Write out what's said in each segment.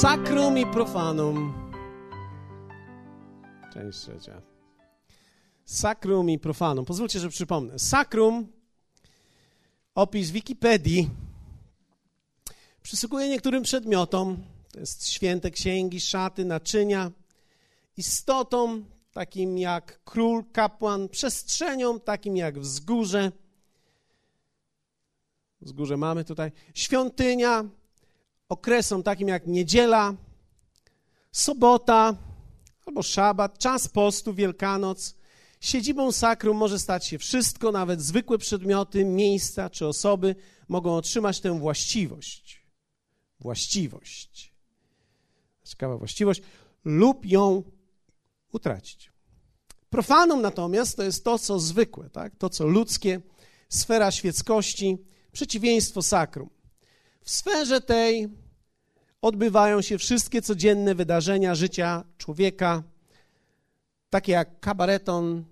Sacrum i profanum. Część trzecia. Sacrum i profanum. Pozwólcie, że przypomnę. Sacrum, opis Wikipedii, przysługuje niektórym przedmiotom, to jest święte księgi, szaty, naczynia, istotom, takim jak król, kapłan, przestrzeniom, takim jak wzgórze. Wzgórze mamy tutaj. Świątynia, okresom takim jak niedziela, sobota albo szabat, czas postu, Wielkanoc. Siedzibą sakrum może stać się wszystko, nawet zwykłe przedmioty, miejsca czy osoby mogą otrzymać tę właściwość. Ciekawa właściwość. Lub ją utracić. Profanum natomiast to jest to, co zwykłe, tak? To, co ludzkie, sfera świeckości, przeciwieństwo sakrum. W sferze tej odbywają się wszystkie codzienne wydarzenia życia człowieka, takie jak kabareton.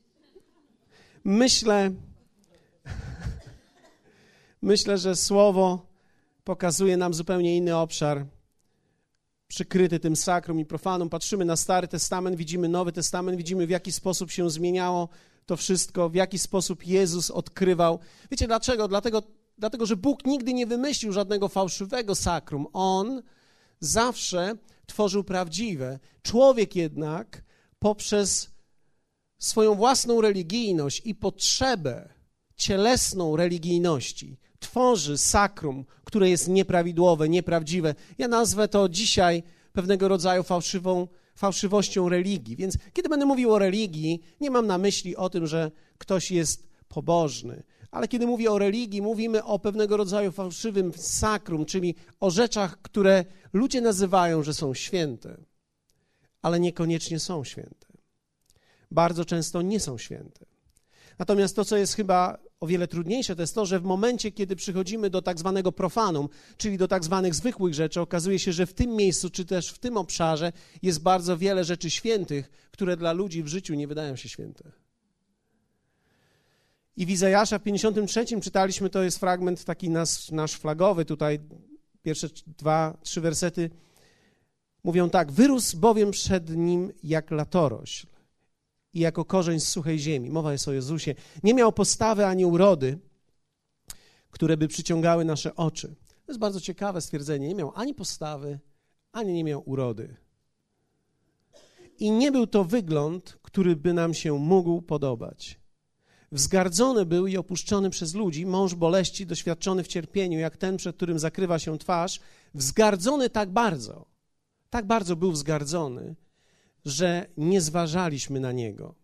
Myślę, że słowo pokazuje nam zupełnie inny obszar, przykryty tym sakrum i profanum. Patrzymy na Stary Testament, widzimy Nowy Testament, widzimy, w jaki sposób się zmieniało to wszystko, w jaki sposób Jezus odkrywał. Wiecie dlaczego? Dlatego, że Bóg nigdy nie wymyślił żadnego fałszywego sakrum. On zawsze tworzył prawdziwe. Człowiek jednak poprzez swoją własną religijność i potrzebę cielesną religijności tworzy sakrum, które jest nieprawidłowe, nieprawdziwe. Ja nazwę to dzisiaj pewnego rodzaju fałszywością religii. Więc kiedy będę mówił o religii, nie mam na myśli o tym, że ktoś jest pobożny, ale kiedy mówię o religii, mówimy o pewnego rodzaju fałszywym sakrum, czyli o rzeczach, które ludzie nazywają, że są święte, ale niekoniecznie są święte. Bardzo często nie są święte. Natomiast to, co jest chyba o wiele trudniejsze, to jest to, że w momencie, kiedy przychodzimy do tak zwanego profanum, czyli do tak zwanych zwykłych rzeczy, okazuje się, że w tym miejscu, czy też w tym obszarze jest bardzo wiele rzeczy świętych, które dla ludzi w życiu nie wydają się święte. I w Izajasza w 53 czytaliśmy, to jest fragment taki nasz flagowy, tutaj pierwsze 2-3 wersety mówią tak: wyrósł bowiem przed nim jak latorośl i jako korzeń z suchej ziemi. Mowa jest o Jezusie. Nie miał postawy ani urody, które by przyciągały nasze oczy. To jest bardzo ciekawe stwierdzenie. Nie miał ani postawy, ani nie miał urody. I nie był to wygląd, który by nam się mógł podobać. Wzgardzony był i opuszczony przez ludzi, mąż boleści, doświadczony w cierpieniu, jak ten, przed którym zakrywa się twarz, wzgardzony tak bardzo był wzgardzony, że nie zważaliśmy na niego.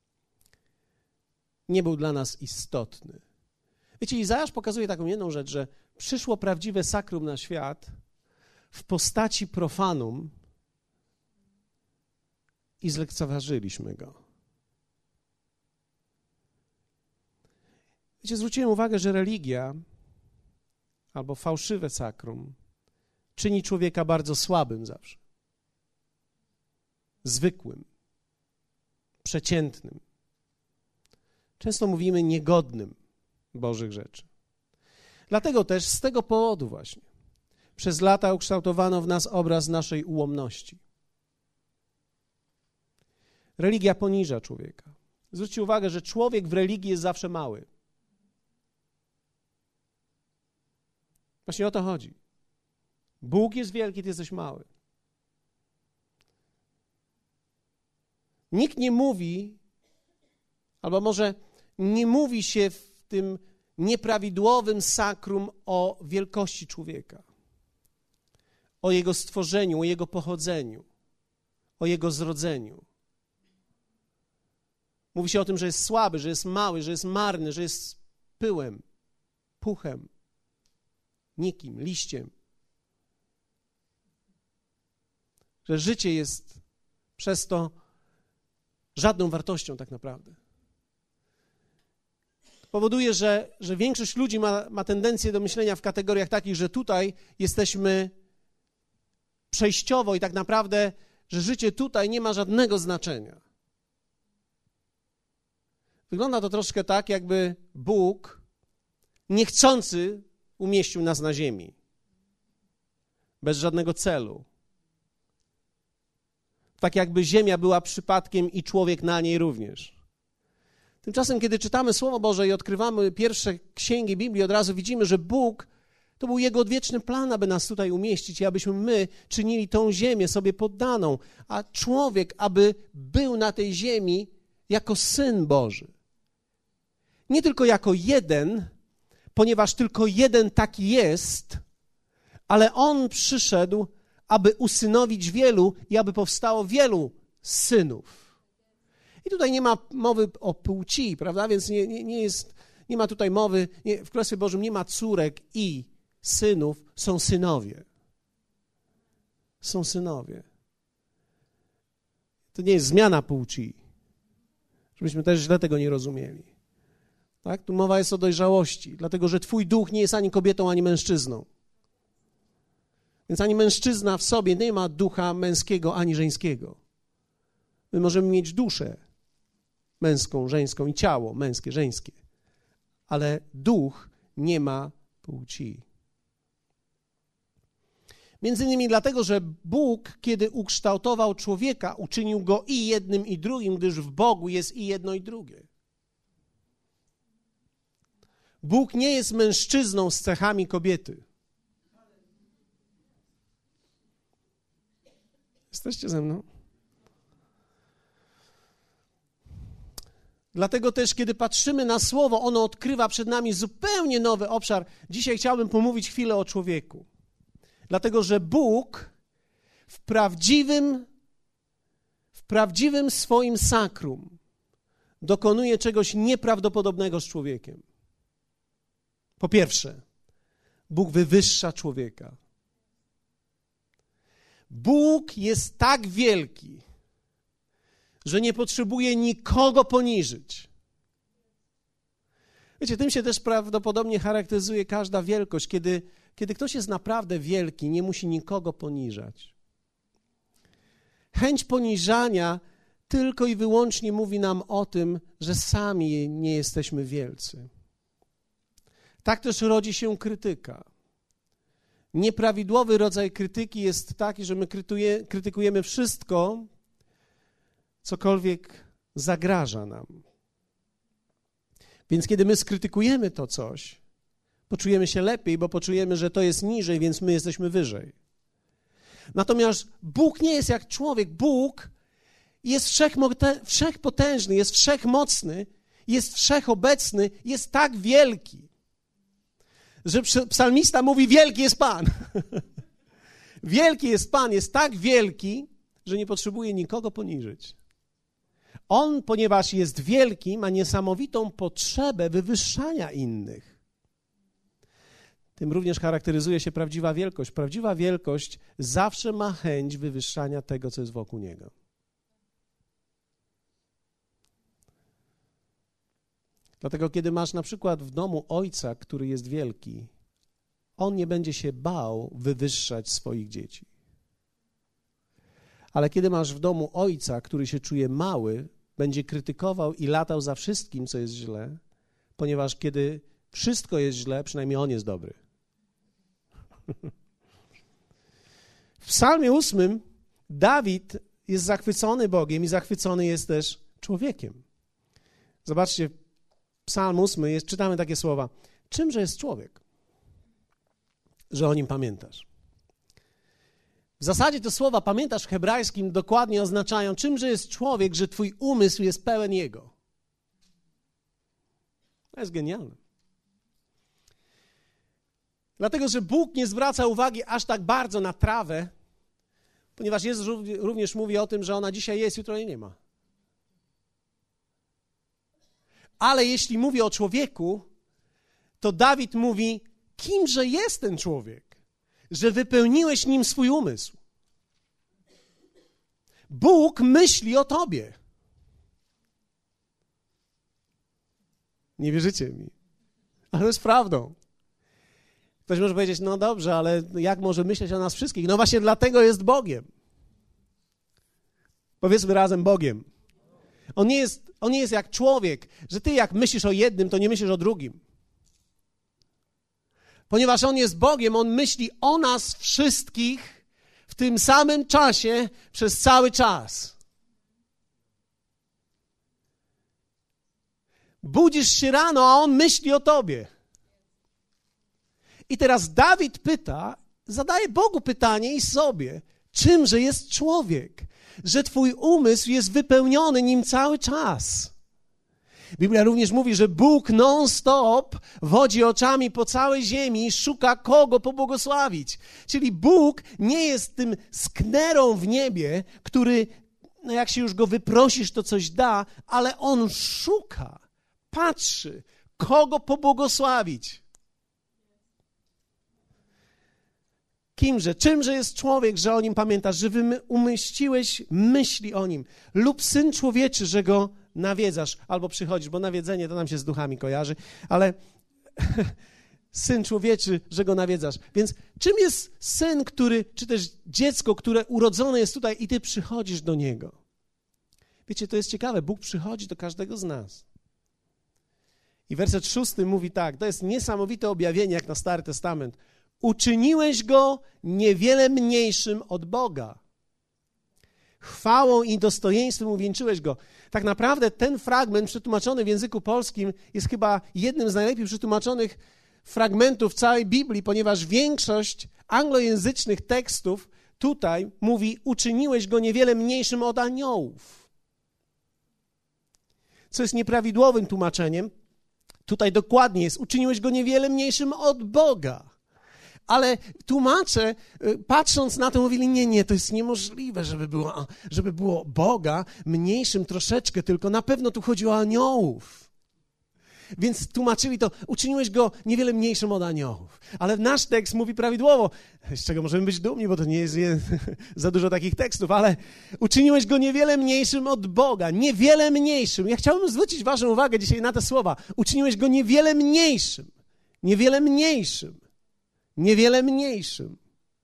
Nie był dla nas istotny. Wiecie, Izajasz pokazuje taką jedną rzecz, że przyszło prawdziwe sakrum na świat w postaci profanum i zlekceważyliśmy go. Wiecie, zwróciłem uwagę, że religia albo fałszywe sakrum czyni człowieka bardzo słabym zawsze. Zwykłym, przeciętnym. Często mówimy niegodnym Bożych rzeczy. Dlatego też z tego powodu właśnie przez lata ukształtowano w nas obraz naszej ułomności. Religia poniża człowieka. Zwróćcie uwagę, że człowiek w religii jest zawsze mały. Właśnie o to chodzi. Bóg jest wielki, ty jesteś mały. Nikt nie mówi, albo może nie mówi się w tym nieprawidłowym sakrum o wielkości człowieka, o jego stworzeniu, o jego pochodzeniu, o jego zrodzeniu. Mówi się o tym, że jest słaby, że jest mały, że jest marny, że jest pyłem, puchem, nikim, liściem. Że życie jest przez to żadną wartością tak naprawdę. Powoduje, że większość ludzi ma tendencję do myślenia w kategoriach takich, że tutaj jesteśmy przejściowo i tak naprawdę, że życie tutaj nie ma żadnego znaczenia. Wygląda to troszkę tak, jakby Bóg niechcący umieścił nas na ziemi. Bez żadnego celu, Tak jakby ziemia była przypadkiem i człowiek na niej również. Tymczasem, kiedy czytamy Słowo Boże i odkrywamy pierwsze księgi Biblii, od razu widzimy, że Bóg, to był Jego odwieczny plan, aby nas tutaj umieścić i abyśmy my czynili tą ziemię sobie poddaną, a człowiek, aby był na tej ziemi jako Syn Boży. Nie tylko jako jeden, ponieważ tylko jeden taki jest, ale On przyszedł, aby usynowić wielu i aby powstało wielu synów. I tutaj nie ma mowy o płci, prawda? Więc nie ma tutaj mowy, w Królestwie Bożym nie ma córek i synów, są synowie. Są synowie. To nie jest zmiana płci, żebyśmy też źle tego nie rozumieli. Tak? Tu mowa jest o dojrzałości, dlatego że twój duch nie jest ani kobietą, ani mężczyzną. Więc ani mężczyzna w sobie nie ma ducha męskiego, ani żeńskiego. My możemy mieć duszę męską, żeńską i ciało męskie, żeńskie, ale duch nie ma płci. Między innymi dlatego, że Bóg, kiedy ukształtował człowieka, uczynił go i jednym, i drugim, gdyż w Bogu jest i jedno, i drugie. Bóg nie jest mężczyzną z cechami kobiety. Jesteście ze mną? Dlatego też, kiedy patrzymy na Słowo, ono odkrywa przed nami zupełnie nowy obszar. Dzisiaj chciałbym pomówić chwilę o człowieku. Dlatego, że Bóg w prawdziwym swoim sakrum dokonuje czegoś nieprawdopodobnego z człowiekiem. Po pierwsze, Bóg wywyższa człowieka. Bóg jest tak wielki, że nie potrzebuje nikogo poniżyć. Wiecie, tym się też prawdopodobnie charakteryzuje każda wielkość. Kiedy ktoś jest naprawdę wielki, nie musi nikogo poniżać. Chęć poniżania tylko i wyłącznie mówi nam o tym, że sami nie jesteśmy wielcy. Tak też rodzi się krytyka. Nieprawidłowy rodzaj krytyki jest taki, że my krytykujemy wszystko, cokolwiek zagraża nam. Więc kiedy my skrytykujemy to coś, poczujemy się lepiej, bo poczujemy, że to jest niżej, więc my jesteśmy wyżej. Natomiast Bóg nie jest jak człowiek. Bóg jest wszechpotężny, jest wszechmocny, jest wszechobecny, jest tak wielki, że psalmista mówi, wielki jest Pan. Wielki jest Pan, jest tak wielki, że nie potrzebuje nikogo poniżyć. On, ponieważ jest wielki, ma niesamowitą potrzebę wywyższania innych. Tym również charakteryzuje się prawdziwa wielkość. Prawdziwa wielkość zawsze ma chęć wywyższania tego, co jest wokół niego. Dlatego, kiedy masz na przykład w domu ojca, który jest wielki, on nie będzie się bał wywyższać swoich dzieci. Ale kiedy masz w domu ojca, który się czuje mały, będzie krytykował i latał za wszystkim, co jest źle, ponieważ kiedy wszystko jest źle, przynajmniej on jest dobry. W Psalmie 8 Dawid jest zachwycony Bogiem i zachwycony jest też człowiekiem. Zobaczcie, Psalm 8, czytamy takie słowa. Czymże jest człowiek, że o nim pamiętasz? W zasadzie te słowa pamiętasz w hebrajskim dokładnie oznaczają, czymże jest człowiek, że twój umysł jest pełen jego. To jest genialne. Dlatego, że Bóg nie zwraca uwagi aż tak bardzo na trawę, ponieważ Jezus również mówi o tym, że ona dzisiaj jest, jutro jej nie ma. Ale jeśli mówi o człowieku, to Dawid mówi, kimże jest ten człowiek, że wypełniłeś nim swój umysł. Bóg myśli o tobie. Nie wierzycie mi, ale to jest prawdą. Ktoś może powiedzieć, no dobrze, ale jak może myśleć o nas wszystkich? No właśnie dlatego jest Bogiem. Powiedzmy razem Bogiem. On nie jest jak człowiek, że ty jak myślisz o jednym, to nie myślisz o drugim. Ponieważ On jest Bogiem, On myśli o nas wszystkich w w tym samym czasie przez cały czas. Budzisz się rano, a on myśli o tobie. I teraz Dawid zadaje Bogu pytanie i sobie, czymże jest człowiek, że twój umysł jest wypełniony nim cały czas. Biblia również mówi, że Bóg non-stop wodzi oczami po całej ziemi i szuka kogo pobłogosławić. Czyli Bóg nie jest tym sknerą w niebie, który, jak się już go wyprosisz, to coś da, ale On szuka, patrzy, kogo pobłogosławić. Czymże jest człowiek, że o nim pamiętasz, że umieściłeś myśli o nim, lub Syn Człowieczy, że go nawiedzasz, albo przychodzisz, bo nawiedzenie to nam się z duchami kojarzy, ale Syn Człowieczy, że go nawiedzasz. Więc czym jest syn, czy też dziecko, które urodzone jest tutaj i ty przychodzisz do niego? Wiecie, to jest ciekawe, Bóg przychodzi do każdego z nas. I werset 6 mówi tak, to jest niesamowite objawienie jak na Stary Testament. Uczyniłeś go niewiele mniejszym od Boga. Chwałą i dostojeństwem uwieńczyłeś go. Tak naprawdę ten fragment przetłumaczony w języku polskim jest chyba jednym z najlepiej przetłumaczonych fragmentów całej Biblii, ponieważ większość anglojęzycznych tekstów tutaj mówi, uczyniłeś go niewiele mniejszym od aniołów. Co jest nieprawidłowym tłumaczeniem. Tutaj dokładnie jest, uczyniłeś go niewiele mniejszym od Boga. Ale tłumacze, patrząc na to, mówili, nie, to jest niemożliwe, żeby było Boga mniejszym troszeczkę, tylko na pewno tu chodzi o aniołów. Więc tłumaczyli to, uczyniłeś go niewiele mniejszym od aniołów. Ale nasz tekst mówi prawidłowo, z czego możemy być dumni, bo to nie jest za dużo takich tekstów, ale uczyniłeś go niewiele mniejszym od Boga, niewiele mniejszym. Ja chciałbym zwrócić waszą uwagę dzisiaj na te słowa. Uczyniłeś go niewiele mniejszym, niewiele mniejszym, niewiele mniejszym.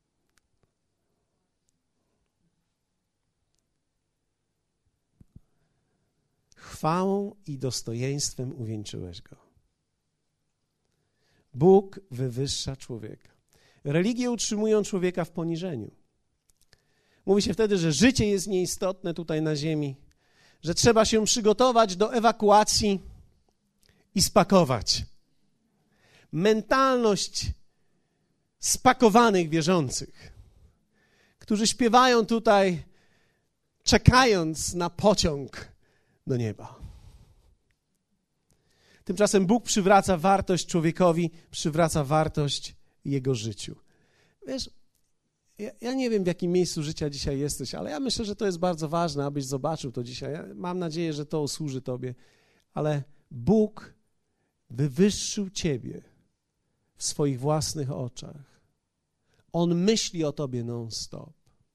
Chwałą i dostojeństwem uwieńczyłeś go. Bóg wywyższa człowieka. Religie utrzymują człowieka w poniżeniu. Mówi się wtedy, że życie jest nieistotne tutaj na ziemi, że trzeba się przygotować do ewakuacji i spakować. Mentalność spakowanych wierzących, którzy śpiewają tutaj, czekając na pociąg do nieba. Tymczasem Bóg przywraca wartość człowiekowi, przywraca wartość jego życiu. Wiesz, ja nie wiem, w jakim miejscu życia dzisiaj jesteś, ale ja myślę, że to jest bardzo ważne, abyś zobaczył to dzisiaj. Ja mam nadzieję, że to usłuży tobie, ale Bóg wywyższył ciebie w swoich własnych oczach. On myśli o tobie non-stop.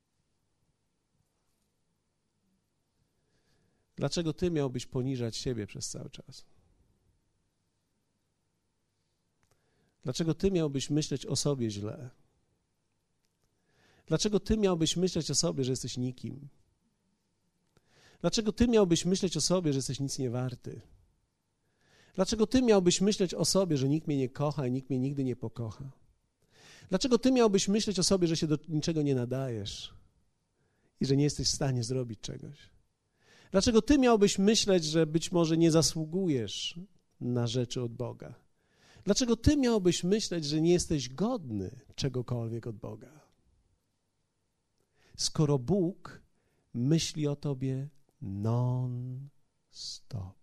Dlaczego ty miałbyś poniżać siebie przez cały czas? Dlaczego ty miałbyś myśleć o sobie źle? Dlaczego ty miałbyś myśleć o sobie, że jesteś nikim? Dlaczego ty miałbyś myśleć o sobie, że jesteś nic nie warty? Dlaczego ty miałbyś myśleć o sobie, że nikt mnie nie kocha i nikt mnie nigdy nie pokocha? Dlaczego ty miałbyś myśleć o sobie, że się do niczego nie nadajesz i że nie jesteś w stanie zrobić czegoś? Dlaczego ty miałbyś myśleć, że być może nie zasługujesz na rzeczy od Boga? Dlaczego ty miałbyś myśleć, że nie jesteś godny czegokolwiek od Boga? Skoro Bóg myśli o tobie non-stop.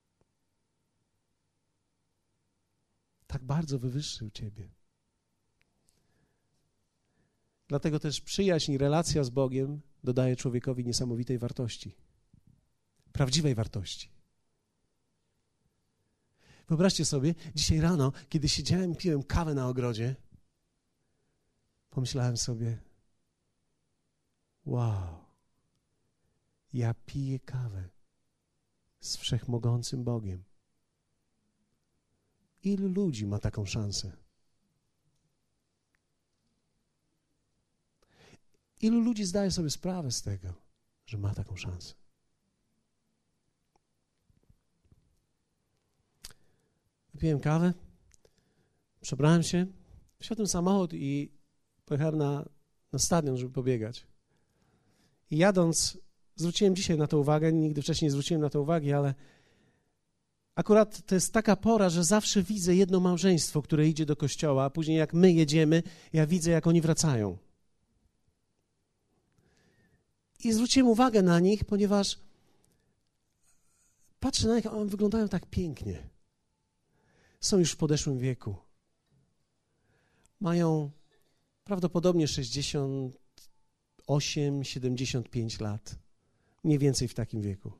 Tak bardzo wywyższył ciebie. Dlatego też przyjaźń i relacja z Bogiem dodaje człowiekowi niesamowitej wartości. Prawdziwej wartości. Wyobraźcie sobie, dzisiaj rano, kiedy siedziałem i piłem kawę na ogrodzie, pomyślałem sobie, wow, ja piję kawę z wszechmogącym Bogiem. Ilu ludzi ma taką szansę? Ilu ludzi zdaje sobie sprawę z tego, że ma taką szansę? Wypiłem kawę, przebrałem się, wsiadłem w samochód i pojechałem na stadion, żeby pobiegać. I jadąc, zwróciłem dzisiaj na to uwagę, nigdy wcześniej nie zwróciłem na to uwagi, ale akurat to jest taka pora, że zawsze widzę jedno małżeństwo, które idzie do kościoła, a później jak my jedziemy, ja widzę, jak oni wracają. I zwróciłem uwagę na nich, ponieważ patrzę na nich, one wyglądają tak pięknie. Są już w podeszłym wieku. Mają prawdopodobnie 68, 75 lat. Mniej więcej w takim wieku.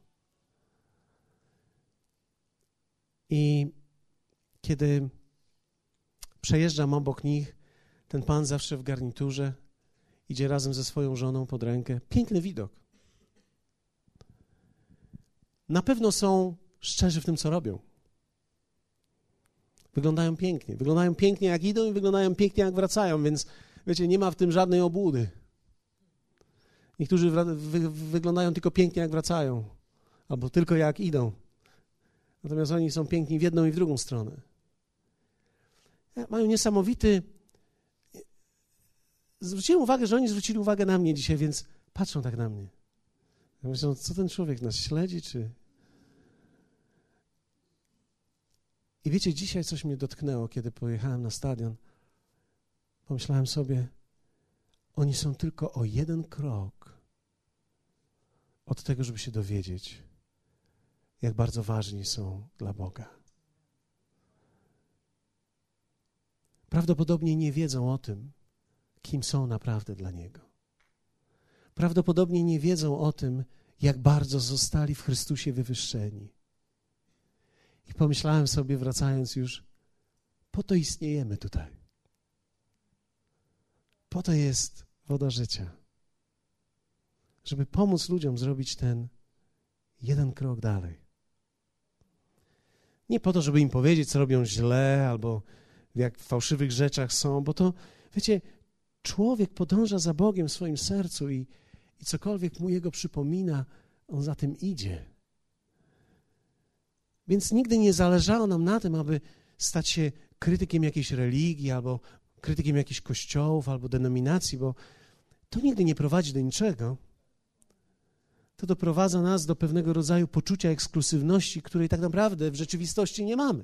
I kiedy przejeżdżam obok nich, ten pan zawsze w garniturze idzie razem ze swoją żoną pod rękę. Piękny widok. Na pewno są szczerzy w tym, co robią. Wyglądają pięknie. Wyglądają pięknie, jak idą i wyglądają pięknie, jak wracają, więc wiecie, nie ma w tym żadnej obłudy. Niektórzy wyglądają tylko pięknie, jak wracają, albo tylko jak idą. Natomiast oni są piękni w jedną i w drugą stronę. Mają niesamowity... Zwróciłem uwagę, że oni zwrócili uwagę na mnie dzisiaj, więc patrzą tak na mnie. Ja myślę, co ten człowiek nas śledzi, czy... I wiecie, dzisiaj coś mnie dotknęło, kiedy pojechałem na stadion. Pomyślałem sobie, oni są tylko o jeden krok od tego, żeby się dowiedzieć, jak bardzo ważni są dla Boga. Prawdopodobnie nie wiedzą o tym, kim są naprawdę dla Niego. Prawdopodobnie nie wiedzą o tym, jak bardzo zostali w Chrystusie wywyższeni. I pomyślałem sobie, wracając już, po to istniejemy tutaj. Po to jest woda życia. Żeby pomóc ludziom zrobić ten jeden krok dalej. Nie po to, żeby im powiedzieć, co robią źle, albo jak w fałszywych rzeczach są, bo to, wiecie, człowiek podąża za Bogiem w swoim sercu i cokolwiek mu Jego przypomina, on za tym idzie. Więc nigdy nie zależało nam na tym, aby stać się krytykiem jakiejś religii, albo krytykiem jakichś kościołów, albo denominacji, bo to nigdy nie prowadzi do niczego. To doprowadza nas do pewnego rodzaju poczucia ekskluzywności, której tak naprawdę w rzeczywistości nie mamy.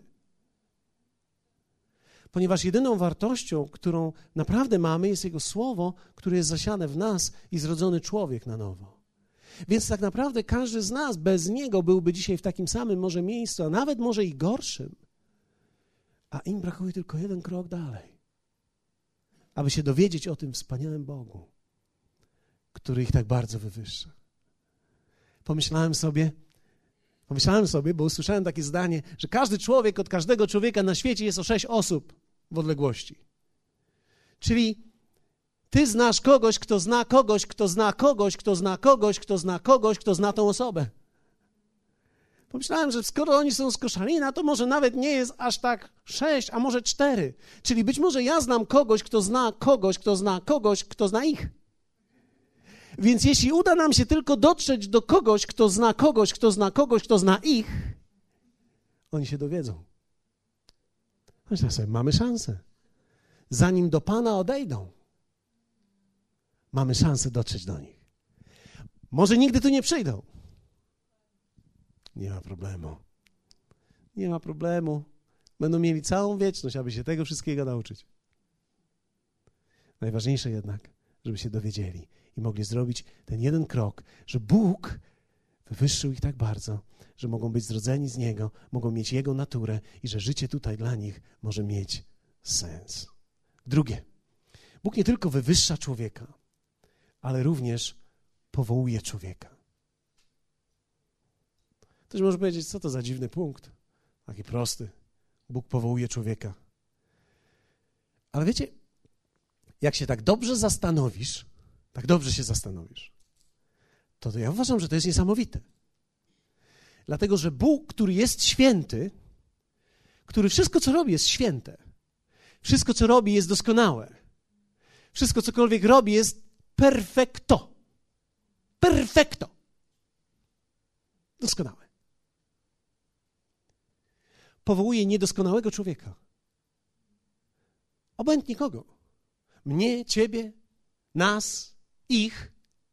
Ponieważ jedyną wartością, którą naprawdę mamy, jest Jego Słowo, które jest zasiane w nas i zrodzony człowiek na nowo. Więc tak naprawdę każdy z nas bez Niego byłby dzisiaj w takim samym może miejscu, a nawet może i gorszym. A im brakuje tylko jeden krok dalej, aby się dowiedzieć o tym wspaniałym Bogu, który ich tak bardzo wywyższa. Pomyślałem sobie, bo usłyszałem takie zdanie, że każdy człowiek od każdego człowieka na świecie jest o 6 osób w odległości. Czyli ty znasz kogoś, kto zna kogoś, kto zna kogoś, kto zna kogoś, kto zna kogoś, kto zna tą osobę. Pomyślałem, że skoro oni są z Koszalina, to może nawet nie jest aż tak 6, a może 4. Czyli być może ja znam kogoś, kto zna kogoś, kto zna kogoś, kto zna ich. Więc jeśli uda nam się tylko dotrzeć do kogoś, kto zna kogoś, kto zna kogoś, kto zna ich, oni się dowiedzą. Myślę sobie, mamy szansę. Zanim do Pana odejdą, mamy szansę dotrzeć do nich. Może nigdy tu nie przyjdą. Nie ma problemu. Nie ma problemu. Będą mieli całą wieczność, aby się tego wszystkiego nauczyć. Najważniejsze jednak, żeby się dowiedzieli i mogli zrobić ten jeden krok, że Bóg wywyższył ich tak bardzo, że mogą być zrodzeni z Niego, mogą mieć Jego naturę i że życie tutaj dla nich może mieć sens. Drugie, Bóg nie tylko wywyższa człowieka, ale również powołuje człowieka. Ktoś może powiedzieć, co to za dziwny punkt, taki prosty. Bóg powołuje człowieka. Ale wiecie, jak się tak dobrze zastanowisz, to ja uważam, że to jest niesamowite. Dlatego, że Bóg, który jest święty, który wszystko, co robi, jest święte. Wszystko, co robi, jest doskonałe. Wszystko, cokolwiek robi, jest perfekto. Perfekto. Doskonałe. Powołuje niedoskonałego człowieka. Obojętnie kogo. Mnie, ciebie, nas, ich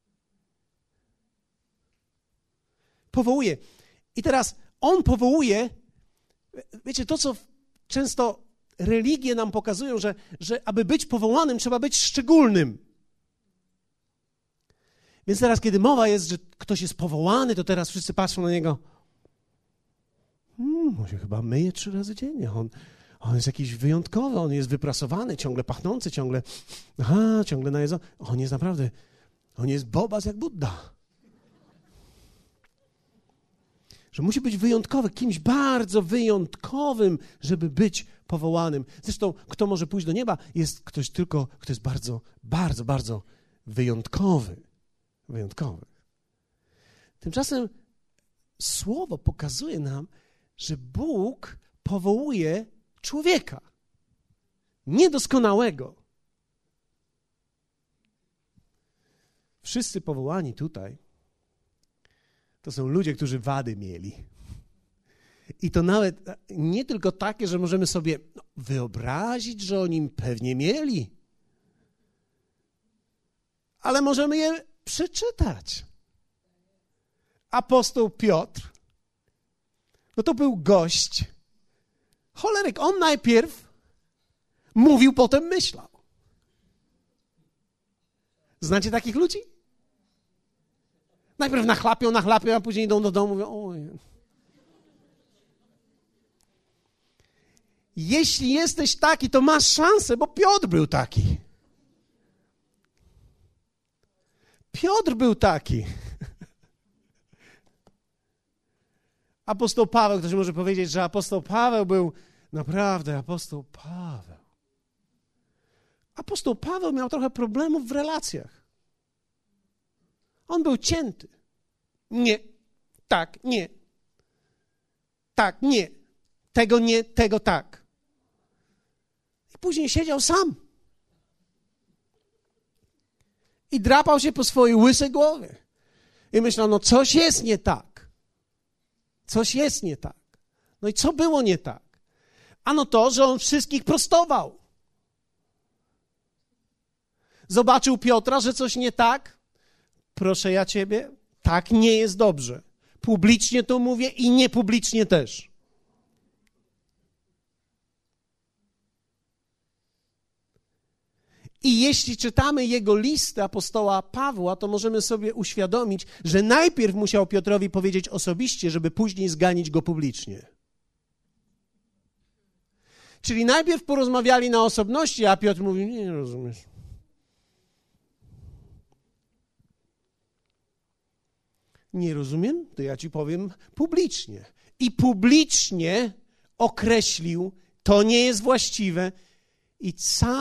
powołuje. I teraz On powołuje, wiecie, to co często religie nam pokazują, że aby być powołanym, trzeba być szczególnym. Więc teraz, kiedy mowa jest, że ktoś jest powołany, to teraz wszyscy patrzą na niego. On się chyba myje 3 razy dziennie. On jest jakiś wyjątkowy, on jest wyprasowany, ciągle pachnący, ciągle najedzony. On jest naprawdę, on jest bobas jak Budda. Że musi być wyjątkowy, kimś bardzo wyjątkowym, żeby być powołanym. Zresztą, kto może pójść do nieba, jest ktoś tylko, kto jest bardzo, bardzo, bardzo wyjątkowy. Wyjątkowy. Tymczasem Słowo pokazuje nam, że Bóg powołuje człowieka. Niedoskonałego. Wszyscy powołani tutaj to są ludzie, którzy wady mieli. I to nawet nie tylko takie, że możemy sobie wyobrazić, że oni pewnie mieli, ale możemy je przeczytać. Apostoł Piotr, no to był gość, choleryk. On najpierw mówił, potem myślał. Znacie takich ludzi? Najpierw nachlapią, a później idą do domu i mówią, oj. Jeśli jesteś taki, to masz szansę, bo Piotr był taki. Piotr był taki. Apostoł Paweł, ktoś może powiedzieć, że apostoł Paweł był naprawdę apostoł Paweł. Apostoł Paweł miał trochę problemów w relacjach. On był cięty. Nie, tak, nie. Tak, nie. Tego nie, tego tak. I później siedział sam. I drapał się po swojej łysej głowie. I myślał, no coś jest nie tak. Coś jest nie tak. No i co było nie tak? Ano to, że on wszystkich prostował. Zobaczył Piotra, że coś nie tak. Proszę ja ciebie, tak nie jest dobrze. Publicznie to mówię i niepublicznie też. I jeśli czytamy jego listę apostoła Pawła, to możemy sobie uświadomić, że najpierw musiał Piotrowi powiedzieć osobiście, żeby później zganić go publicznie. Czyli najpierw porozmawiali na osobności, a Piotr mówi, nie rozumiesz. Nie rozumiem? To ja ci powiem publicznie. I publicznie określił, to nie jest właściwe. I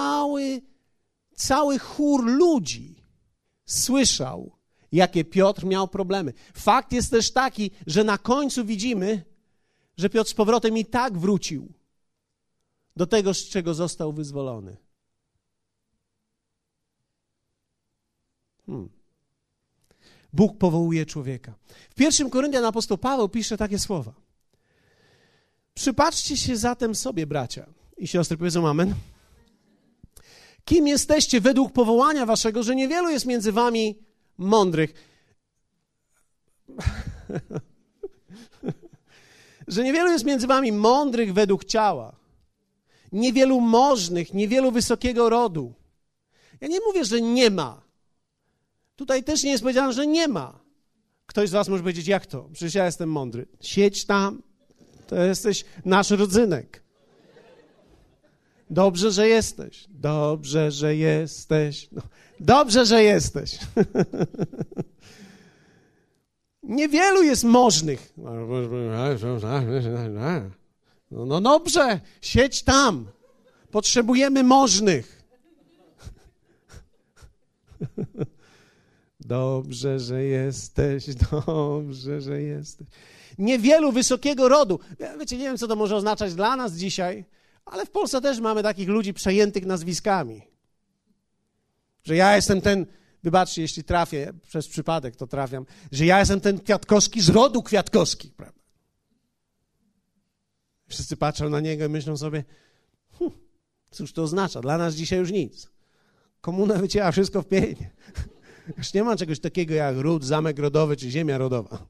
cały chór ludzi słyszał, jakie Piotr miał problemy. Fakt jest też taki, że na końcu widzimy, że Piotr z powrotem i tak wrócił do tego, z czego został wyzwolony. Bóg powołuje człowieka. W 1 Koryntian apostoł Paweł pisze takie słowa. Przypatrzcie się zatem sobie, bracia i siostry, powiedzą amen. Kim jesteście według powołania waszego, że niewielu jest między wami mądrych. Że niewielu jest między wami mądrych według ciała. Niewielu możnych, niewielu wysokiego rodu. Ja nie mówię, że nie ma. Tutaj też nie jest powiedziane, że nie ma. Ktoś z was może powiedzieć, jak to? Przecież ja jestem mądry. Siedź tam, to jesteś nasz rodzynek. Dobrze, że jesteś. Dobrze, że jesteś. No, dobrze, że jesteś. Niewielu jest możnych. No dobrze, siedź tam. Potrzebujemy możnych. Dobrze, że jesteś. Dobrze, że jesteś. Niewielu wysokiego rodu. Wiecie, nie wiem, co to może oznaczać dla nas dzisiaj, ale w Polsce też mamy takich ludzi przejętych nazwiskami. Że ja jestem ten, wybaczcie, jeśli trafię, przez przypadek to trafiam, że ja jestem ten Kwiatkowski z rodu Kwiatkowskich, prawda? Wszyscy patrzą na niego i myślą sobie, cóż to oznacza? Dla nas dzisiaj już nic. Komuna wycięła wszystko w pień. Już nie ma czegoś takiego jak ród, zamek rodowy czy ziemia rodowa.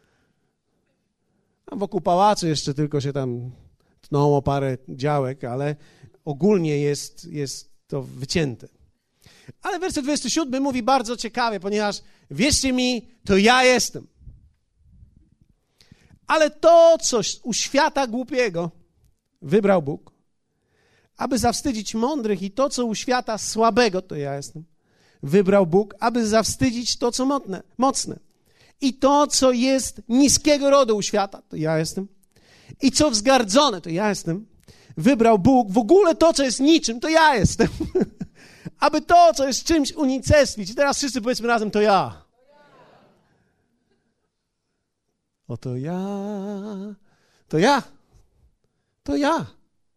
A wokół pałacu jeszcze tylko się tam tnęło parę działek, ale ogólnie jest to wycięte. Ale werset 27 mówi bardzo ciekawie, ponieważ wierzcie mi, to ja jestem. Ale to, co u świata głupiego wybrał Bóg, aby zawstydzić mądrych, i to, co u świata słabego, to ja jestem, wybrał Bóg, aby zawstydzić to, co mocne. I to, co jest niskiego rodu u świata, to ja jestem. I co wzgardzone, to ja jestem. Wybrał Bóg w ogóle to, co jest niczym, to ja jestem. Aby to, co jest czymś unicestwić. I teraz wszyscy powiedzmy razem, to ja. Oto ja. To ja. To ja.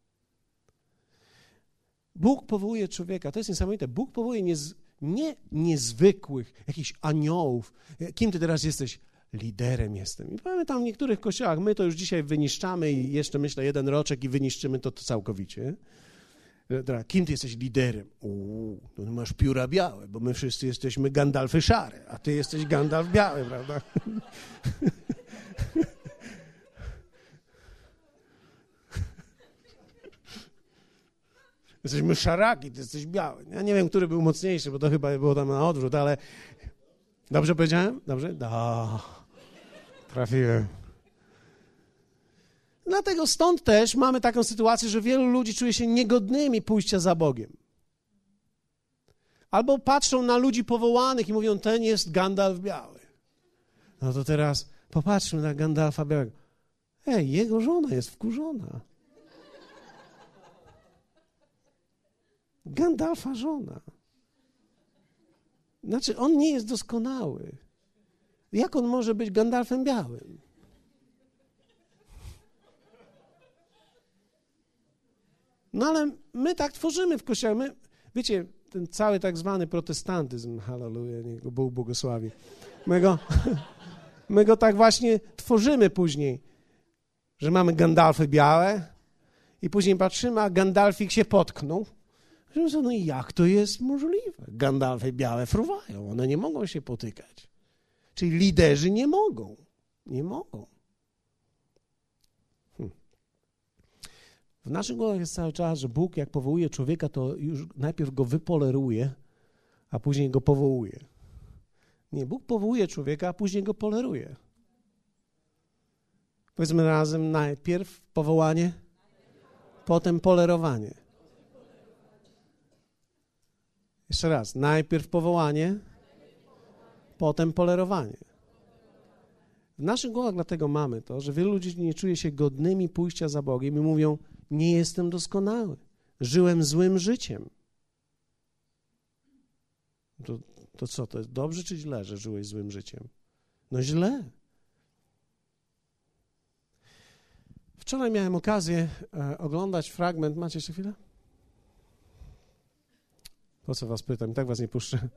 Bóg powołuje człowieka. To jest niesamowite. Bóg powołuje nie niezwykłych, jakichś aniołów. Kim ty teraz jesteś? Liderem jestem. I powiem tam w niektórych kościołach, my to już dzisiaj wyniszczamy i jeszcze myślę jeden roczek i wyniszczymy to całkowicie. Kim ty jesteś liderem? To masz pióra białe, bo my wszyscy jesteśmy Gandalfy szare, a ty jesteś Gandalf biały, prawda? Jesteśmy szaraki, ty jesteś biały. Ja nie wiem, który był mocniejszy, bo to chyba było tam na odwrót, ale... Dobrze powiedziałem? Dobrze? Trafiłem. Dlatego stąd też mamy taką sytuację, że wielu ludzi czuje się niegodnymi pójścia za Bogiem. Albo patrzą na ludzi powołanych i mówią, ten jest Gandalf biały. No to teraz popatrzmy na Gandalfa białego. Jego żona jest wkurzona. Gandalfa żona. Znaczy, on nie jest doskonały. Jak on może być Gandalfem białym? No ale my tak tworzymy w kościele. Wiecie, ten cały tak zwany protestantyzm, halleluja, niech go Bóg błogosławi. My go tak właśnie tworzymy później, że mamy Gandalfy białe i później patrzymy, a Gandalfik się potknął. No i jak to jest możliwe? Gandalfy białe fruwają, one nie mogą się potykać. Czyli liderzy nie mogą. Nie mogą. W naszych głowach jest cały czas, że Bóg jak powołuje człowieka, to już najpierw go wypoleruje, a później go powołuje. Nie, Bóg powołuje człowieka, a później go poleruje. Powiedzmy razem, najpierw powołanie, potem polerowanie. Jeszcze raz, najpierw powołanie, potem polerowanie. W naszych głowach dlatego mamy to, że wielu ludzi nie czuje się godnymi pójścia za Bogiem i mówią, nie jestem doskonały, żyłem złym życiem. To co, to jest dobrze czy źle, że żyłeś złym życiem? No źle. Wczoraj miałem okazję oglądać fragment, macie jeszcze chwilę? Po co was pytam, i tak was nie puszczę.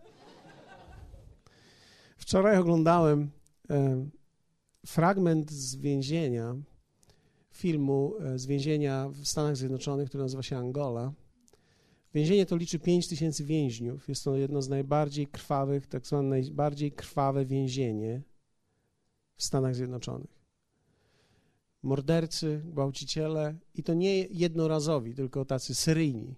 Wczoraj oglądałem fragment z więzienia, filmu z więzienia w Stanach Zjednoczonych, które nazywa się Angola. Więzienie to liczy 5000 więźniów. Jest to jedno z najbardziej krwawych, tak zwane najbardziej krwawe więzienie w Stanach Zjednoczonych. Mordercy, gwałciciele i to nie jednorazowi, tylko tacy seryjni.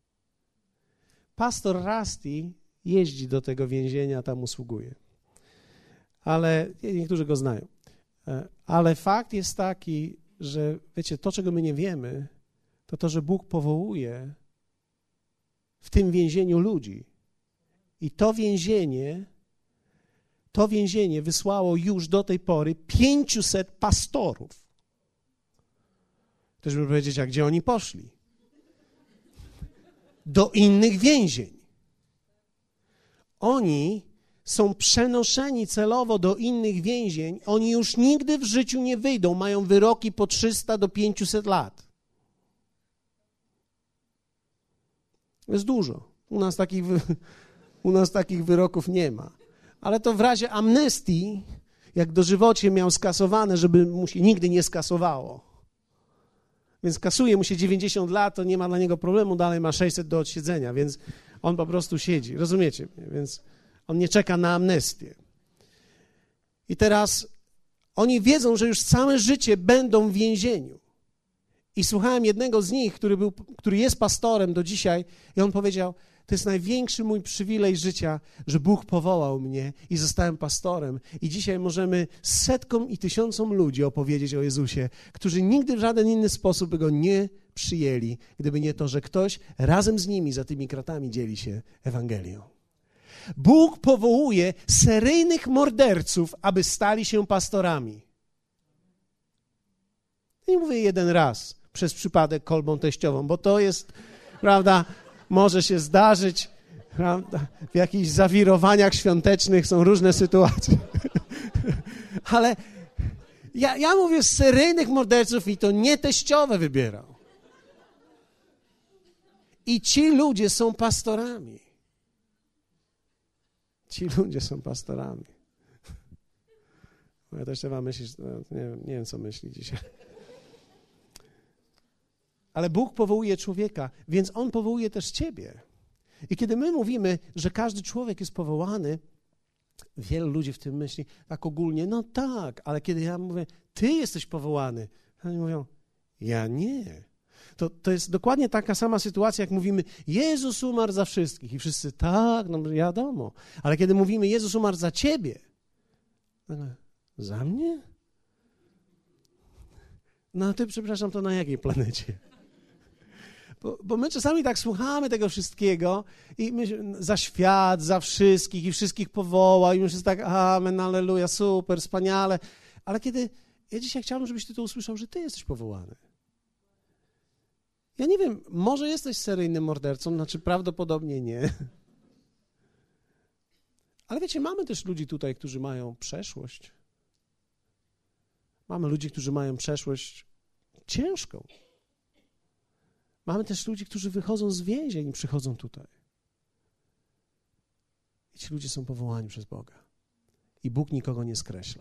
Pastor Rusty jeździ do tego więzienia, tam usługuje. Ale niektórzy go znają. Ale fakt jest taki, że wiecie, to, czego my nie wiemy, to, że Bóg powołuje w tym więzieniu ludzi. I to więzienie wysłało już do tej pory 500 pastorów. Też bym powiedzieć, a gdzie oni poszli? Do innych więzień. Oni są przenoszeni celowo do innych więzień. Oni już nigdy w życiu nie wyjdą. Mają wyroki po 300 do 500 lat. Jest dużo. U nas takich wyroków nie ma. Ale to w razie amnestii, jak dożywocie miał skasowane, żeby mu się nigdy nie skasowało. Więc kasuje mu się 90 lat, to nie ma dla niego problemu, dalej ma 600 do odsiedzenia, więc On po prostu siedzi, rozumiecie mnie? Więc on nie czeka na amnestię. I teraz oni wiedzą, że już całe życie będą w więzieniu. I słuchałem jednego z nich, który jest pastorem do dzisiaj, i on powiedział, to jest największy mój przywilej życia, że Bóg powołał mnie i zostałem pastorem. I dzisiaj możemy setkom i tysiącom ludzi opowiedzieć o Jezusie, którzy nigdy w żaden inny sposób by Go nie przyjęli, gdyby nie to, że ktoś razem z nimi za tymi kratami dzieli się Ewangelią. Bóg powołuje seryjnych morderców, aby stali się pastorami. Nie mówię jeden raz przez przypadek kolbą teściową, bo to jest, prawda, może się zdarzyć, prawda, w jakichś zawirowaniach świątecznych są różne sytuacje. Ale ja mówię seryjnych morderców i to nie teściowe wybierał. I ci ludzie są pastorami. Ci ludzie są pastorami. Ja też trzeba myśleć, nie wiem, co myśli dzisiaj. Ale Bóg powołuje człowieka, więc On powołuje też ciebie. I kiedy my mówimy, że każdy człowiek jest powołany, wielu ludzi w tym myśli tak ogólnie, no tak, ale kiedy ja mówię, ty jesteś powołany, oni mówią, ja nie. To jest dokładnie taka sama sytuacja, jak mówimy, Jezus umarł za wszystkich i wszyscy, tak, no wiadomo. Ale kiedy mówimy, Jezus umarł za ciebie, za mnie? No a ty, przepraszam, to na jakiej planecie? Bo my czasami tak słuchamy tego wszystkiego i my za świat, za wszystkich i wszystkich powołał i my wszyscy tak, amen, alleluja, super, wspaniale. Ale kiedy, ja dzisiaj chciałbym, żebyś ty to usłyszał, że ty jesteś powołany. Ja nie wiem, może jesteś seryjnym mordercą, znaczy prawdopodobnie nie. Ale wiecie, mamy też ludzi tutaj, którzy mają przeszłość. Mamy ludzi, którzy mają przeszłość ciężką. Mamy też ludzi, którzy wychodzą z więzień i przychodzą tutaj. I ci ludzie są powołani przez Boga. I Bóg nikogo nie skreśla.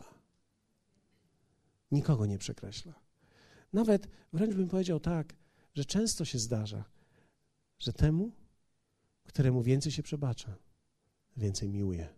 Nikogo nie przekreśla. Nawet wręcz bym powiedział tak, że często się zdarza, że temu, któremu więcej się przebacza, więcej miłuje.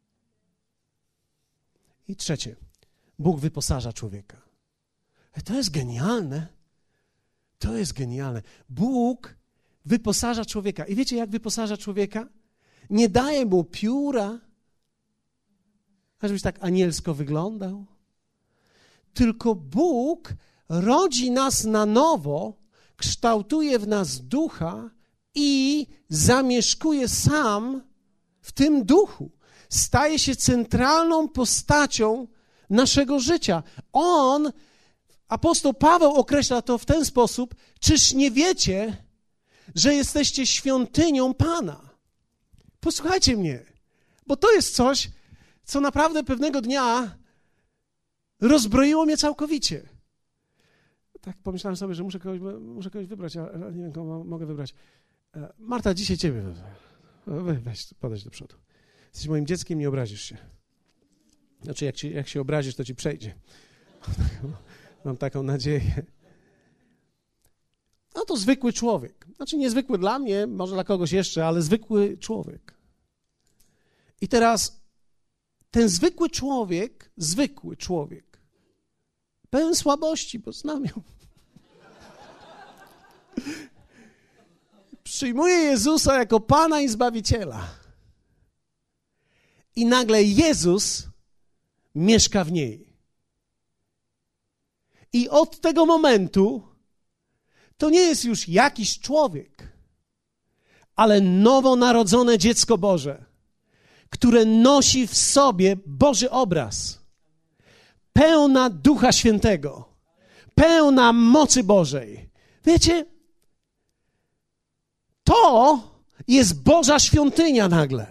I trzecie, Bóg wyposaża człowieka. To jest genialne. To jest genialne. Bóg wyposaża człowieka. I wiecie, jak wyposaża człowieka? Nie daje mu pióra, żebyś tak anielsko wyglądał. Tylko Bóg rodzi nas na nowo, kształtuje w nas ducha i zamieszkuje sam w tym duchu. Staje się centralną postacią naszego życia. Apostoł Paweł określa to w ten sposób, czyż nie wiecie, że jesteście świątynią Pana? Posłuchajcie mnie, bo to jest coś, co naprawdę pewnego dnia rozbroiło mnie całkowicie. Tak pomyślałem sobie, że muszę kogoś wybrać, ale nie wiem, kogo mogę wybrać. Marta, dzisiaj ciebie weź, podejdź do przodu. Jesteś moim dzieckiem, nie obrazisz się. Znaczy, jak się obrazisz, to ci przejdzie. Mam taką nadzieję. No to zwykły człowiek. Znaczy niezwykły dla mnie, może dla kogoś jeszcze, ale zwykły człowiek. I teraz ten zwykły człowiek, pełen słabości, bo znam ją, przyjmuje Jezusa jako Pana i Zbawiciela. I nagle Jezus mieszka w niej. I od tego momentu to nie jest już jakiś człowiek, ale nowonarodzone dziecko Boże, które nosi w sobie Boży obraz, pełna Ducha Świętego, pełna mocy Bożej. Wiecie, to jest Boża świątynia nagle.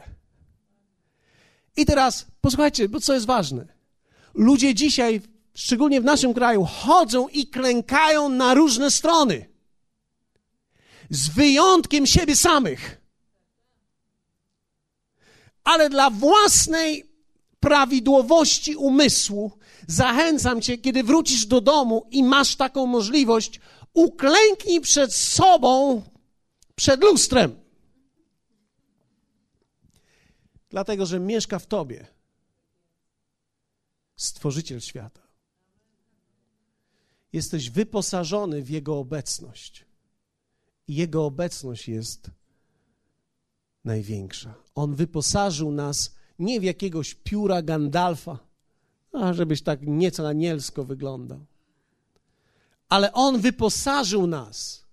I teraz posłuchajcie, bo co jest ważne. Ludzie dzisiaj, szczególnie w naszym kraju, chodzą i klękają na różne strony. Z wyjątkiem siebie samych. Ale dla własnej prawidłowości umysłu zachęcam cię, kiedy wrócisz do domu i masz taką możliwość, uklęknij przed sobą, przed lustrem. Dlatego, że mieszka w tobie Stworzyciel świata. Jesteś wyposażony w Jego obecność. I Jego obecność jest największa. On wyposażył nas nie w jakiegoś pióra Gandalfa, żebyś tak nieco anielsko wyglądał. Ale On wyposażył nas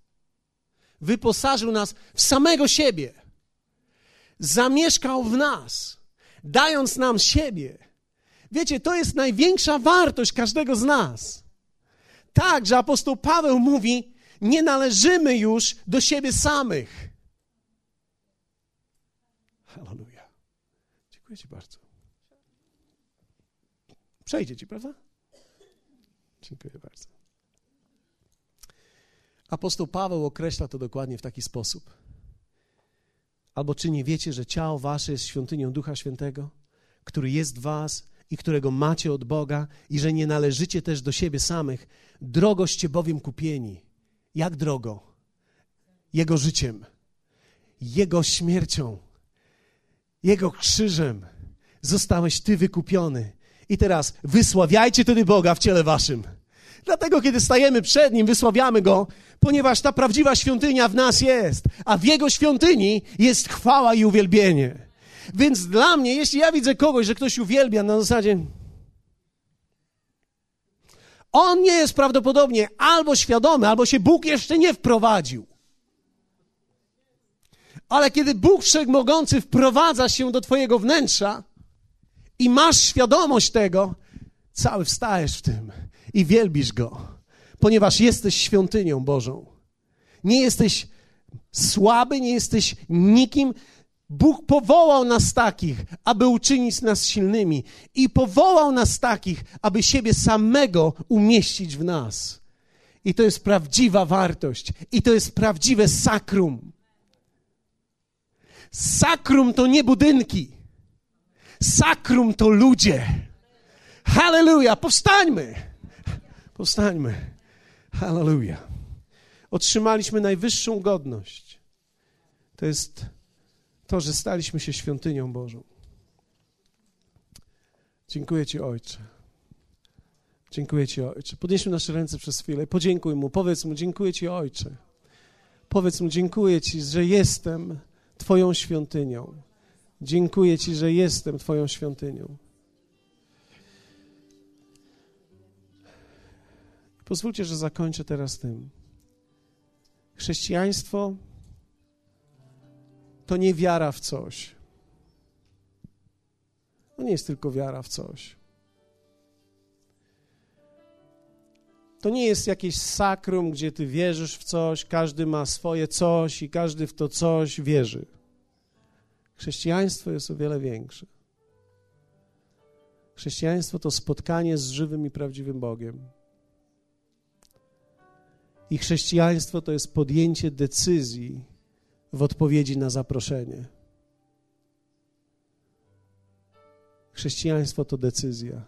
w samego siebie. Zamieszkał w nas, dając nam siebie. Wiecie, to jest największa wartość każdego z nas. Tak, że apostoł Paweł mówi, nie należymy już do siebie samych. Halleluja. Dziękuję Ci bardzo. Przejdzie Ci, prawda? Dziękuję bardzo. Apostoł Paweł określa to dokładnie w taki sposób. Albo czy nie wiecie, że ciało wasze jest świątynią Ducha Świętego, który jest w was i którego macie od Boga i że nie należycie też do siebie samych. Drogoście bowiem kupieni. Jak drogo? Jego życiem, Jego śmiercią, Jego krzyżem zostałeś ty wykupiony. I teraz wysławiajcie tedy Boga w ciele waszym. Dlatego, kiedy stajemy przed Nim, wysławiamy Go, ponieważ ta prawdziwa świątynia w nas jest, a w Jego świątyni jest chwała i uwielbienie. Więc dla mnie, jeśli ja widzę kogoś, że ktoś uwielbia na zasadzie, on nie jest prawdopodobnie albo świadomy, albo się Bóg jeszcze nie wprowadził. Ale kiedy Bóg Wszechmogący wprowadza się do twojego wnętrza i masz świadomość tego, cały wstajesz w tym i wielbisz Go, ponieważ jesteś świątynią Bożą. Nie jesteś słaby, nie jesteś nikim. Bóg powołał nas takich, aby uczynić nas silnymi i powołał nas takich, aby siebie samego umieścić w nas. I to jest prawdziwa wartość i to jest prawdziwe sakrum. Sakrum to nie budynki. Sakrum to ludzie. Halleluja! Powstańmy! Powstańmy. Halleluja. Otrzymaliśmy najwyższą godność. To jest to, że staliśmy się świątynią Bożą. Dziękuję Ci, Ojcze. Dziękuję Ci, Ojcze. Podnieśmy nasze ręce przez chwilę. Podziękuj Mu. Powiedz Mu, dziękuję Ci, Ojcze. Powiedz Mu, dziękuję Ci, że jestem Twoją świątynią. Dziękuję Ci, że jestem Twoją świątynią. Pozwólcie, że zakończę teraz tym. Chrześcijaństwo to nie wiara w coś. To nie jest tylko wiara w coś. To nie jest jakieś sakrum, gdzie ty wierzysz w coś, każdy ma swoje coś i każdy w to coś wierzy. Chrześcijaństwo jest o wiele większe. Chrześcijaństwo to spotkanie z żywym i prawdziwym Bogiem. I chrześcijaństwo to jest podjęcie decyzji w odpowiedzi na zaproszenie. Chrześcijaństwo to decyzja.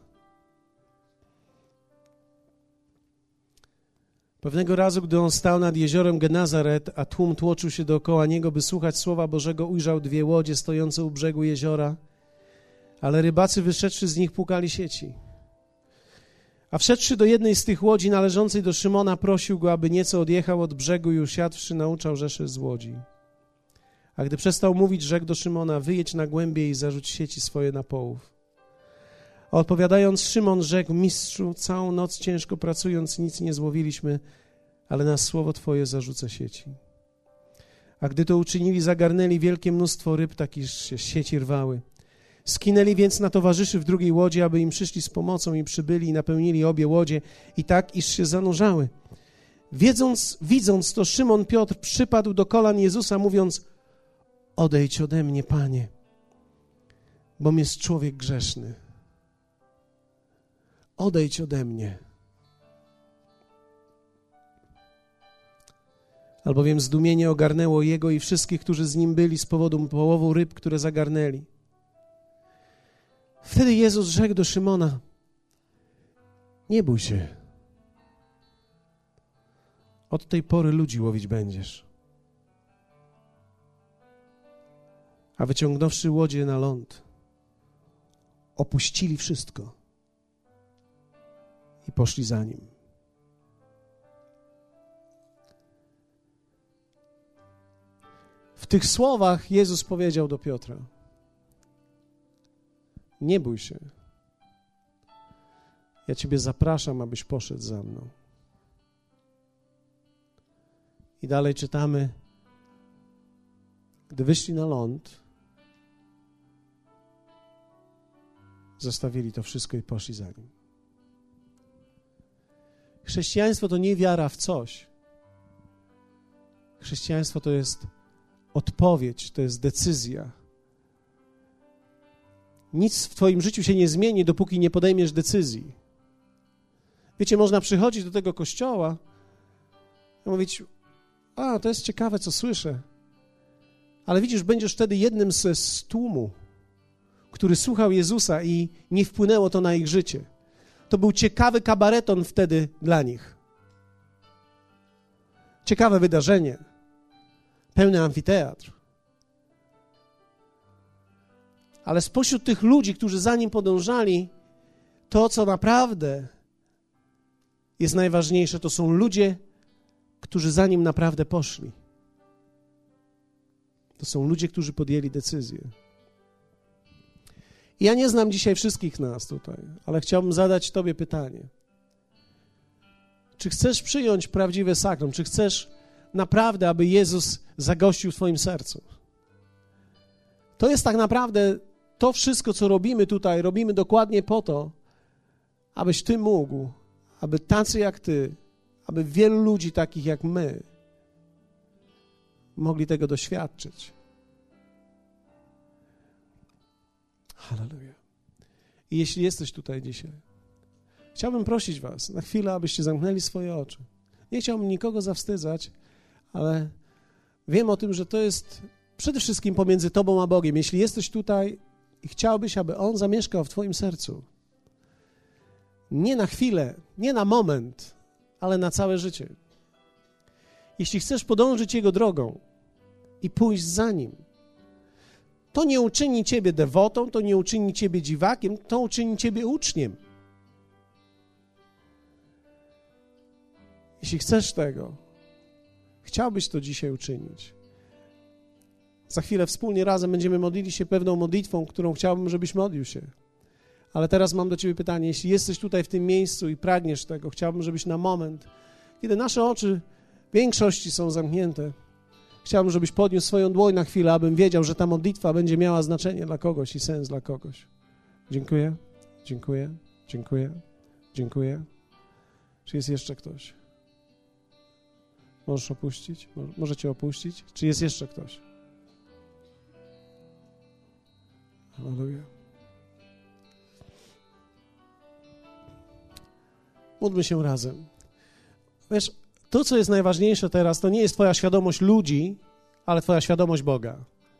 Pewnego razu, gdy on stał nad jeziorem Genazaret, a tłum tłoczył się dookoła niego, by słuchać słowa Bożego, ujrzał dwie łodzie stojące u brzegu jeziora, ale rybacy wyszedłszy z nich płukali sieci. A wszedłszy do jednej z tych łodzi należącej do Szymona, prosił go, aby nieco odjechał od brzegu i usiadłszy nauczał rzeszy z łodzi. A gdy przestał mówić, rzekł do Szymona, wyjedź na głębiej i zarzuć sieci swoje na połów. A odpowiadając, Szymon rzekł, mistrzu, całą noc ciężko pracując nic nie złowiliśmy, ale na słowo Twoje zarzucę sieci. A gdy to uczynili, zagarnęli wielkie mnóstwo ryb, tak iż się sieci rwały. Skinęli więc na towarzyszy w drugiej łodzi, aby im przyszli z pomocą i przybyli i napełnili obie łodzie i tak, iż się zanurzały. Widząc to, Szymon Piotr przypadł do kolan Jezusa, mówiąc, odejdź ode mnie, Panie, bom jest człowiek grzeszny. Odejdź ode mnie. Albowiem zdumienie ogarnęło jego i wszystkich, którzy z nim byli z powodu połowu ryb, które zagarnęli. Wtedy Jezus rzekł do Szymona, nie bój się. Od tej pory ludzi łowić będziesz. A wyciągnąwszy łodzie na ląd, opuścili wszystko i poszli za Nim. W tych słowach Jezus powiedział do Piotra: nie bój się. Ja Ciebie zapraszam, abyś poszedł za mną. I dalej czytamy: gdy wyszli na ląd, zostawili to wszystko i poszli za Nim. Chrześcijaństwo to nie wiara w coś. Chrześcijaństwo to jest odpowiedź, to jest decyzja. Nic w Twoim życiu się nie zmieni, dopóki nie podejmiesz decyzji. Wiecie, można przychodzić do tego kościoła i mówić: to jest ciekawe, co słyszę. Ale widzisz, będziesz wtedy jednym z tłumu, który słuchał Jezusa i nie wpłynęło to na ich życie. To był ciekawy kabareton wtedy dla nich. Ciekawe wydarzenie. Pełny amfiteatr. Ale spośród tych ludzi, którzy za Nim podążali, to, co naprawdę jest najważniejsze, to są ludzie, którzy za Nim naprawdę poszli. To są ludzie, którzy podjęli decyzję. I ja nie znam dzisiaj wszystkich nas tutaj, ale chciałbym zadać Tobie pytanie. Czy chcesz przyjąć prawdziwe sakrum? Czy chcesz naprawdę, aby Jezus zagościł w Twoim sercu? To jest tak naprawdę to wszystko, co robimy tutaj, robimy dokładnie po to, abyś Ty mógł, aby tacy jak Ty, aby wielu ludzi takich jak my mogli tego doświadczyć. Halleluja. I jeśli jesteś tutaj dzisiaj, chciałbym prosić was na chwilę, abyście zamknęli swoje oczy. Nie chciałbym nikogo zawstydzać, ale wiem o tym, że to jest przede wszystkim pomiędzy tobą a Bogiem. Jeśli jesteś tutaj i chciałbyś, aby On zamieszkał w twoim sercu, nie na chwilę, nie na moment, ale na całe życie. Jeśli chcesz podążyć Jego drogą i pójść za Nim, to nie uczyni ciebie dewotą, to nie uczyni ciebie dziwakiem, to uczyni ciebie uczniem. Jeśli chcesz tego, chciałbyś to dzisiaj uczynić. Za chwilę wspólnie razem będziemy modlili się pewną modlitwą, którą chciałbym, żebyś modlił się. Ale teraz mam do ciebie pytanie. Jeśli jesteś tutaj w tym miejscu i pragniesz tego, chciałbym, żebyś na moment, kiedy nasze oczy w większości są zamknięte, chciałbym, żebyś podniósł swoją dłoń na chwilę, abym wiedział, że ta modlitwa będzie miała znaczenie dla kogoś i sens dla kogoś. Dziękuję, dziękuję, dziękuję, dziękuję. Czy jest jeszcze ktoś? Możesz opuścić? Możecie opuścić? Czy jest jeszcze ktoś? Halleluja. Módlmy się razem. Wiesz, to, co jest najważniejsze teraz, to nie jest twoja świadomość ludzi, ale twoja świadomość Boga.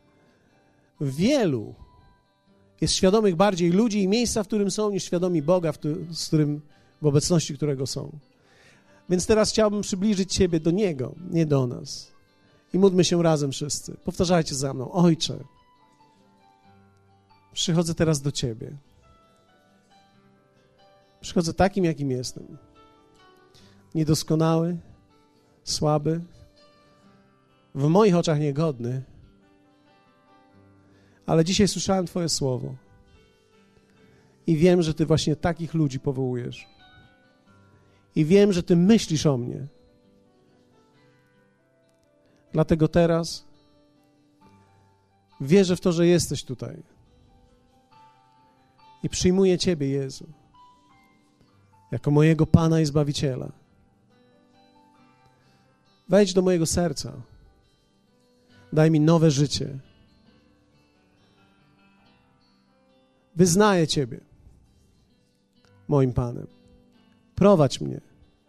Wielu jest świadomych bardziej ludzi i miejsca, w którym są, niż świadomi Boga, w obecności którego są. Więc teraz chciałbym przybliżyć ciebie do Niego, nie do nas. I módlmy się razem wszyscy. Powtarzajcie za mną. Ojcze, przychodzę teraz do Ciebie. Przychodzę takim, jakim jestem. Niedoskonały, słaby, w moich oczach niegodny, ale dzisiaj słyszałem Twoje słowo i wiem, że Ty właśnie takich ludzi powołujesz. I wiem, że Ty myślisz o mnie. Dlatego teraz wierzę w to, że jesteś tutaj i przyjmuję Ciebie, Jezu, jako mojego Pana i Zbawiciela. Wejdź do mojego serca. Daj mi nowe życie. Wyznaję Ciebie moim Panem. Prowadź mnie.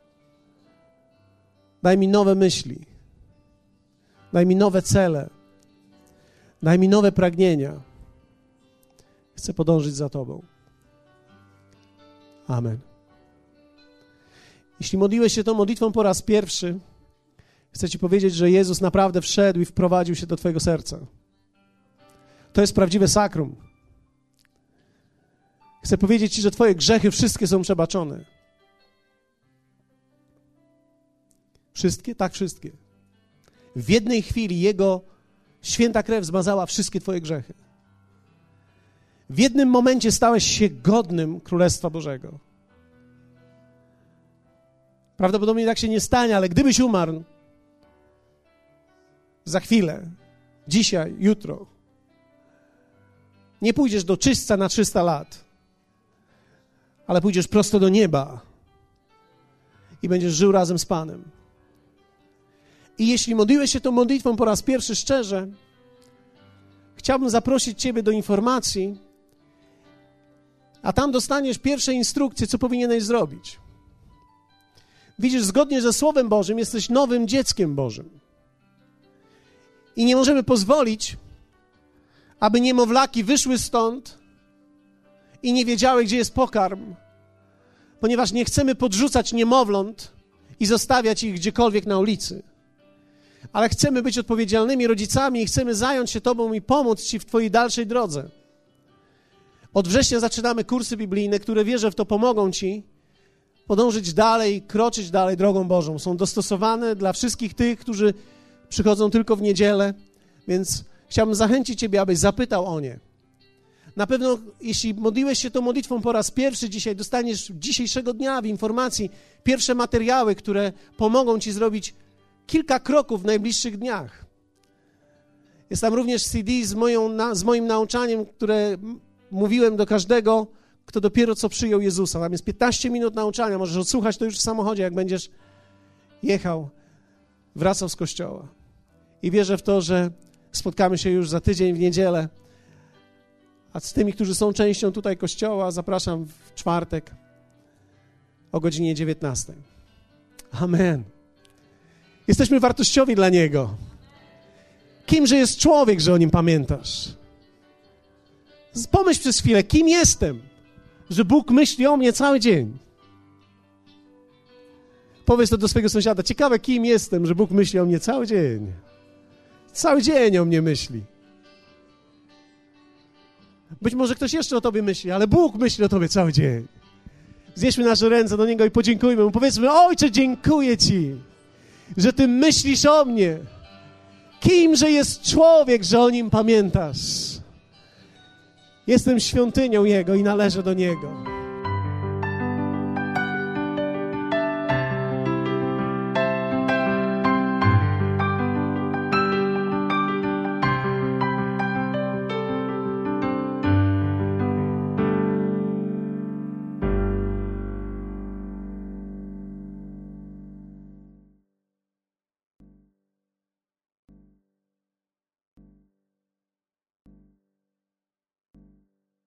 Daj mi nowe myśli. Daj mi nowe cele. Daj mi nowe pragnienia. Chcę podążyć za Tobą. Amen. Jeśli modliłeś się tą modlitwą po raz pierwszy, chcę Ci powiedzieć, że Jezus naprawdę wszedł i wprowadził się do Twojego serca. To jest prawdziwe sakrum. Chcę powiedzieć Ci, że Twoje grzechy wszystkie są przebaczone. Wszystkie? Tak, wszystkie. W jednej chwili Jego święta krew zmazała wszystkie Twoje grzechy. W jednym momencie stałeś się godnym Królestwa Bożego. Prawdopodobnie tak się nie stanie, ale gdybyś umarł za chwilę, dzisiaj, jutro, nie pójdziesz do czystca na 300 lat, ale pójdziesz prosto do nieba i będziesz żył razem z Panem. I jeśli modliłeś się tą modlitwą po raz pierwszy szczerze, chciałbym zaprosić Ciebie do informacji, a tam dostaniesz pierwsze instrukcje, co powinieneś zrobić. Widzisz, zgodnie ze Słowem Bożym jesteś nowym dzieckiem Bożym. I nie możemy pozwolić, aby niemowlaki wyszły stąd i nie wiedziały, gdzie jest pokarm, ponieważ nie chcemy podrzucać niemowląt i zostawiać ich gdziekolwiek na ulicy. Ale chcemy być odpowiedzialnymi rodzicami i chcemy zająć się Tobą i pomóc Ci w Twojej dalszej drodze. Od września zaczynamy kursy biblijne, które wierzę w to pomogą Ci podążyć dalej, kroczyć dalej drogą Bożą. Są dostosowane dla wszystkich tych, którzy przychodzą tylko w niedzielę, więc chciałbym zachęcić Ciebie, abyś zapytał o nie. Na pewno, jeśli modliłeś się tą modlitwą po raz pierwszy dzisiaj, dostaniesz dzisiejszego dnia w informacji pierwsze materiały, które pomogą Ci zrobić kilka kroków w najbliższych dniach. Jest tam również CD z moim nauczaniem, które mówiłem do każdego, kto dopiero co przyjął Jezusa. Tam jest 15 minut nauczania, możesz odsłuchać to już w samochodzie, jak będziesz jechał, wracał z kościoła. I wierzę w to, że spotkamy się już za tydzień w niedzielę. A z tymi, którzy są częścią tutaj kościoła, zapraszam w czwartek o godzinie 19. Amen. Jesteśmy wartościowi dla Niego. Kimże jest człowiek, że o Nim pamiętasz? Pomyśl przez chwilę, kim jestem, że Bóg myśli o mnie cały dzień. Powiedz to do swojego sąsiada. Ciekawe, kim jestem, że Bóg myśli o mnie cały dzień. Cały dzień o mnie myśli. Być może ktoś jeszcze o Tobie myśli, ale Bóg myśli o Tobie cały dzień. Znieśmy nasze ręce do Niego i podziękujmy Mu. Powiedzmy, Ojcze, dziękuję Ci, że Ty myślisz o mnie. Kimże jest człowiek, że o Nim pamiętasz? Jestem świątynią Jego i należę do Niego.